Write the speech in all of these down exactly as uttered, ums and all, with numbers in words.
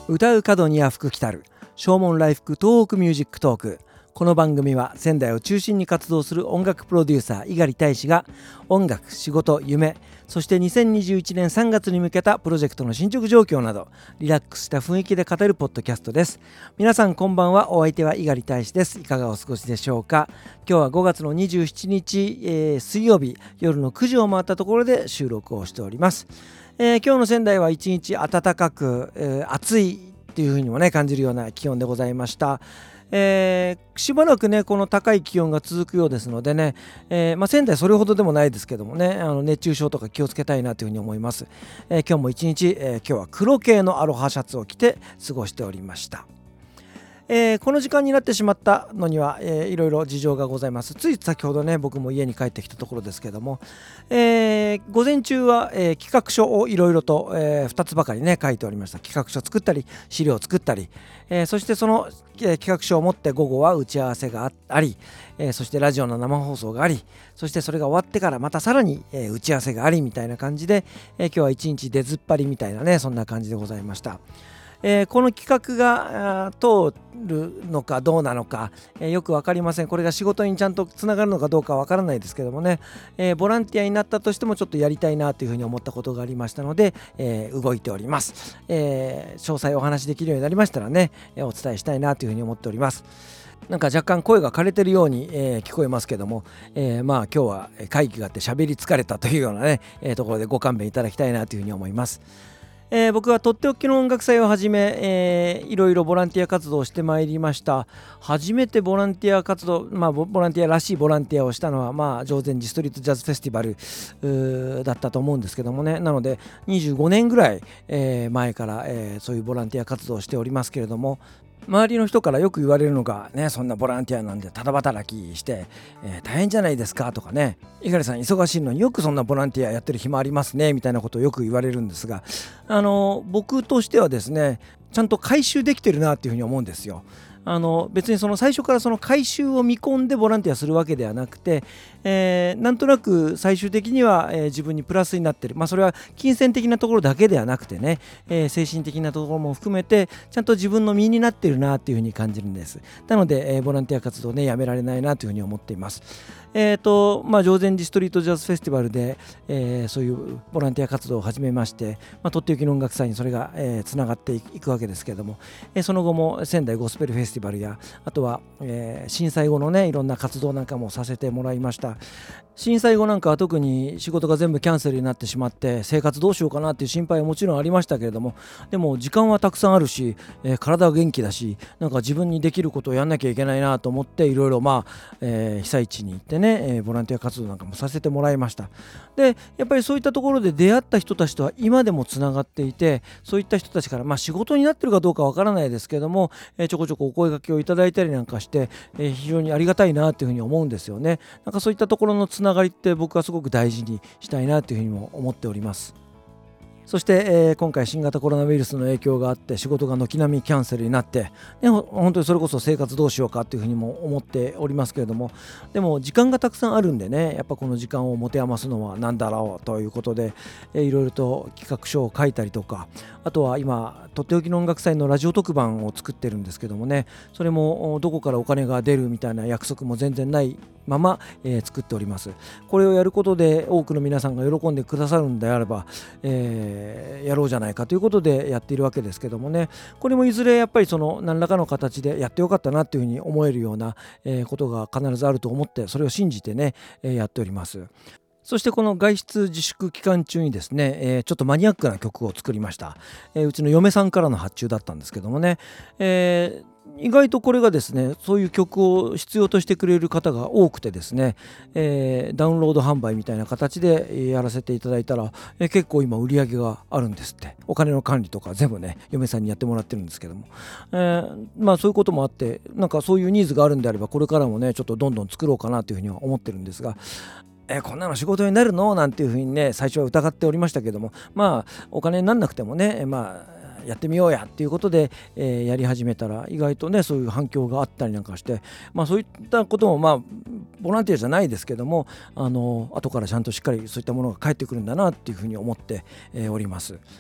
歌う角には福来たる正門来福東北ミュージックトーク。この番組は仙台を中心に活動する音楽プロデューサー猪狩大使が音楽、仕事、夢、そしてにせんにじゅういちねんさんがつに向けたプロジェクトの進捗状況などリラックスした雰囲気で語るポッドキャストです。皆さんこんばんは。お相手は猪狩大使です。いかがお過ごしでしょうか。今日はごがつのにじゅうしちにち、えー、水曜日夜のくじを回ったところで収録をしております。えー、今日の仙台は一日暖かく、えー、暑いっていう風にもね感じるような気温でございました。えー、しばらくねこの高い気温が続くようですのでね、えーまあ、仙台それほどでもないですけどもね、あの熱中症とか気をつけたいなというふうに思います。えー、今日も一日、えー、今日は黒系のアロハシャツを着て過ごしておりました。えー、この時間になってしまったのには、えー、いろいろ事情がございます。つい先ほどね僕も家に帰ってきたところですけども、えー、午前中は、えー、企画書をいろいろと、えー、ふたつばかりね書いておりました。企画書作ったり資料を作ったり、えー、そしてその、えー、企画書を持って午後は打ち合わせが あ, あり、えー、そしてラジオの生放送があり、そしてそれが終わってからまたさらに、えー、打ち合わせがありみたいな感じで、えー、今日は一日出ずっぱりみたいなねそんな感じでございました。えー、この企画が通るのかどうなのか、えー、よく分かりません。これが仕事にちゃんとつながるのかどうか分からないですけどもね、えー、ボランティアになったとしてもちょっとやりたいなというふうに思ったことがありましたので、えー、動いております。えー、詳細お話しできるようになりましたらね、えー、お伝えしたいなというふうに思っております。なんか若干声が枯れてるように、えー、聞こえますけども、えー、まあ今日は会議があって喋り疲れたというようなね、えー、ところでご勘弁いただきたいなというふうに思います。えー、僕はとっておきの音楽祭をはじめ、えー、いろいろボランティア活動をしてまいりました。初めてボランティア活動、まあ、ボ, ボランティアらしいボランティアをしたのは、まあ、定禅寺ストリートジャズフェスティバルだったと思うんですけどもね。なのでにじゅうごねんぐらい、えー、前から、えー、そういうボランティア活動をしておりますけれども、周りの人からよく言われるのがね、そんなボランティアなんでただ働きして、えー、大変じゃないですかとかね、猪狩さん忙しいのによくそんなボランティアやってる暇ありますねみたいなことをよく言われるんですが、あの僕としてはですねちゃんと回収できてるなっていうふうに思うんですよ。あの別にその最初からその回収を見込んでボランティアするわけではなくて、えー、なんとなく最終的には、えー、自分にプラスになってる、まあ、それは金銭的なところだけではなくてね、えー、精神的なところも含めてちゃんと自分の身になってるなっていうふうに感じるんです。なので、えー、ボランティア活動ねやめられないなというふうに思っています。えーとまあ、定禅寺ストリートジャズフェスティバルで、えー、そういうボランティア活動を始めまして、まあ、とっておきの音楽祭にそれが、えー、つながっていくわけですけれども、えー、その後も仙台ゴスペルフェスティバルやあとは、えー、震災後のねいろんな活動なんかもさせてもらいました。震災後なんかは特に仕事が全部キャンセルになってしまって生活どうしようかなっていう心配はもちろんありましたけれども、でも時間はたくさんあるし、えー、体は元気だし、なんか自分にできることをやんなきゃいけないなと思っていろいろまあ、えー、被災地に行ってね、えー、ボランティア活動なんかもさせてもらいました。でやっぱりそういったところで出会った人たちとは今でもつながっていて、そういった人たちからまあ仕事になってるかどうかわからないですけども、えー、ちょこちょこお声掛けをいただいたりなんかして、えー、非常にありがたいなというふうに思うんですよね。なんかそういったところのつながりって僕はすごく大事にしたいなというふうにも思っております。そして、えー、今回新型コロナウイルスの影響があって仕事が軒並みキャンセルになって、ね、本当にそれこそ生活どうしようかというふうにも思っておりますけれども、でも時間がたくさんあるんでね、やっぱこの時間を持て余すのは何だろうということで、えー、いろいろと企画書を書いたりとか、あとは今とっておきの音楽祭のラジオ特番を作ってるんですけどもね、それもどこからお金が出るみたいな約束も全然ないまま、えー、作っております。これをやることで多くの皆さんが喜んでくださるんであれば、えー、やろうじゃないかということでやっているわけですけどもね、これもいずれやっぱりその何らかの形でやってよかったなというふうに思えるような、えー、ことが必ずあると思って、それを信じてね、えー、やっております。そしてこの外出自粛期間中にですね、えー、ちょっとマニアックな曲を作りました。えー、うちの嫁さんからの発注だったんですけどもね、えー意外とこれがですねそういう曲を必要としてくれる方が多くてですね、えー、ダウンロード販売みたいな形でやらせていただいたら、えー、結構今売り上げがあるんですって。お金の管理とか全部ね嫁さんにやってもらってるんですけども、えー、まあそういうこともあって、なんかそういうニーズがあるんであればこれからもねちょっとどんどん作ろうかなというふうには思ってるんですが、えー、こんなの仕事になるのなんていうふうにね最初は疑っておりましたけども、まあお金になんなくてもね、まあやってみようやっていうことで、えー、やり始めたら意外とねそういう反響があったりなんかして、まあそういったこともまあボランティアじゃないですけども、あの後からちゃんとしっかりそういったものが返ってくるんだなっていうふうに思って、えー、おります。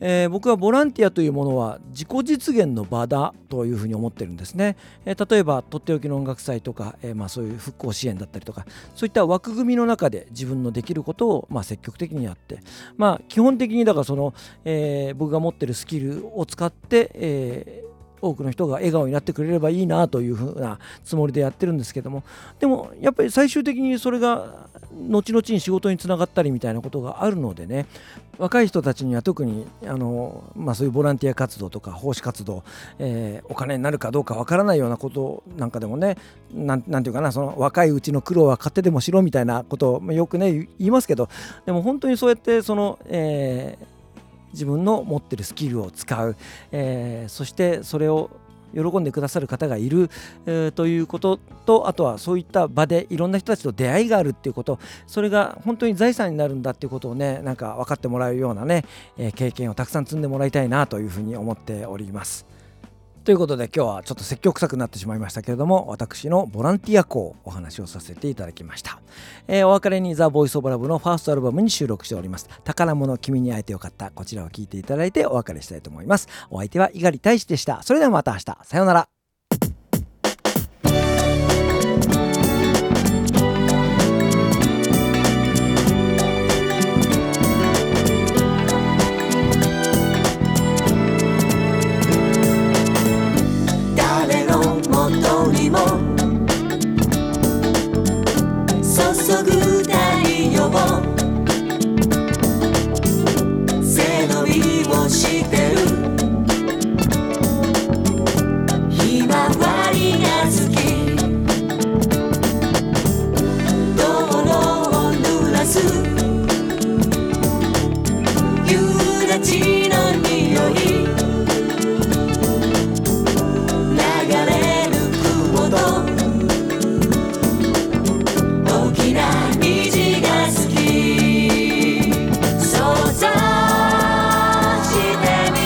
えー、僕はボランティアというものは自己実現の場だというふうに思ってるんですね。えー、例えばとっておきの音楽祭とか、えーまあ、そういう復興支援だったりとか、そういった枠組みの中で自分のできることをまあ積極的にやって、まあ、基本的にだからその、えー、僕が持ってるスキルを使って、えー多くの人が笑顔になってくれればいいなというふうなつもりでやってるんですけども、でもやっぱり最終的にそれが後々に仕事につながったりみたいなことがあるのでね、若い人たちには特にあの、まあ、そういうボランティア活動とか奉仕活動、えー、お金になるかどうかわからないようなことなんかでもね、なんなんていうかな、その若いうちの苦労は買ってでもしろみたいなことをよくね言いますけど、でも本当にそうやってその、えー自分の持ってるスキルを使う、えー、そしてそれを喜んでくださる方がいる、えー、ということと、あとはそういった場でいろんな人たちと出会いがあるっていうこと、それが本当に財産になるんだっていうことをね、なんか分かってもらえるようなね、えー、経験をたくさん積んでもらいたいなというふうに思っております。ということで今日はちょっと説教臭くなってしまいましたけれども、私のボランティア校お話をさせていただきました。えー、お別れにザ・ボイス・オブ・ラブのファーストアルバムに収録しております宝物君に会えてよかった、こちらを聴いていただいてお別れしたいと思います。お相手は猪狩大志でした。それではまた明日、さようなら。 注ぐ太陽背伸びをしてるひまわりが好き道路を濡らす夕立の匂い流れる雲と虹が好き想像してみ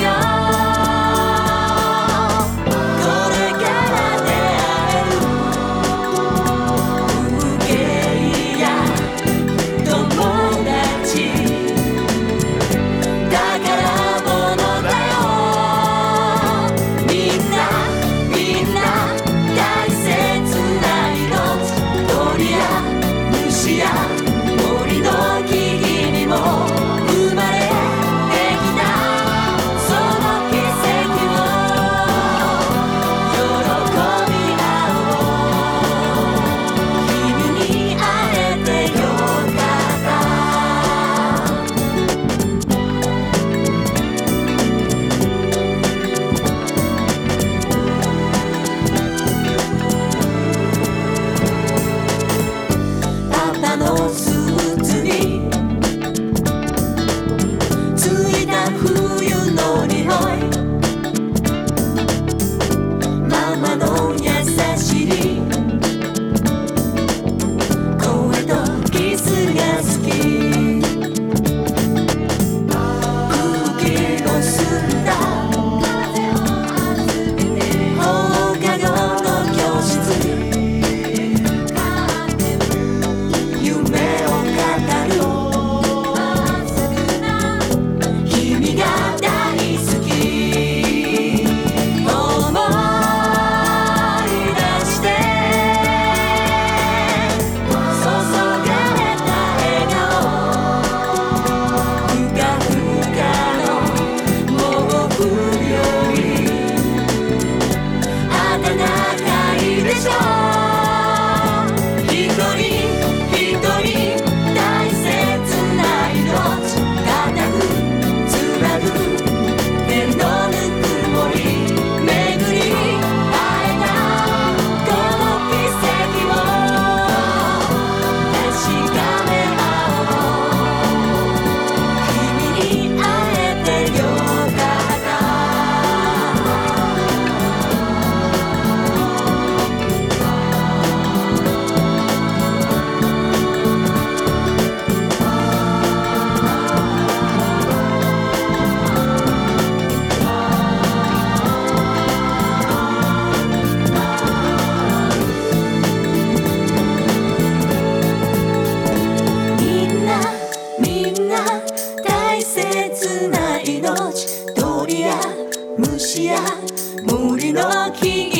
鳥や虫や森の木々